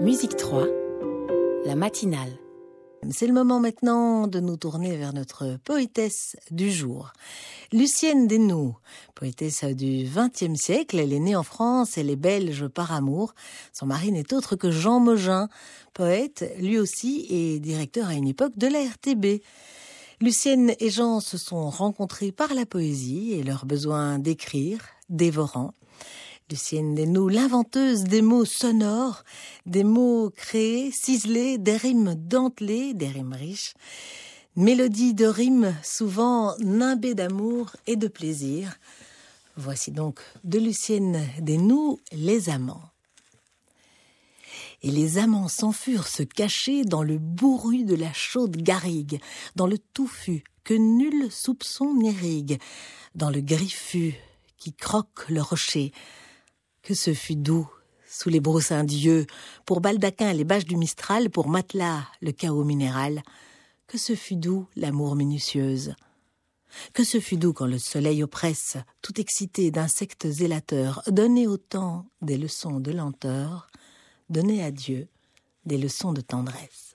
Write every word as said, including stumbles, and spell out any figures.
Musique trois, la matinale. C'est le moment maintenant de nous tourner vers notre poétesse du jour. Lucienne Desnoux, poétesse du vingtième siècle, elle est née en France, elle est belge par amour. Son mari n'est autre que Jean Mogin, poète, lui aussi, et directeur à une époque de la R T B. Lucienne et Jean se sont rencontrés par la poésie et leur besoin d'écrire, dévorant. Lucienne Desnoux, l'inventeuse des mots sonores, des mots créés, ciselés, des rimes dentelées, des rimes riches, mélodies de rimes souvent nimbées d'amour et de plaisir. Voici donc de Lucienne Desnoux, Les amants. Et les amants s'enfurent se cacher dans le bourru de la chaude garrigue, dans le touffu que nul soupçon n'irrigue, dans le griffu qui croque le rocher. Que ce fut doux, sous les broussins d'yeux, pour baldaquin les bâches du Mistral, pour matelas le chaos minéral. Que ce fut doux, l'amour minutieuse. Que ce fut doux quand le soleil oppresse, tout excité d'insectes zélateurs, donnez au temps des leçons de lenteur, donnez à Dieu des leçons de tendresse.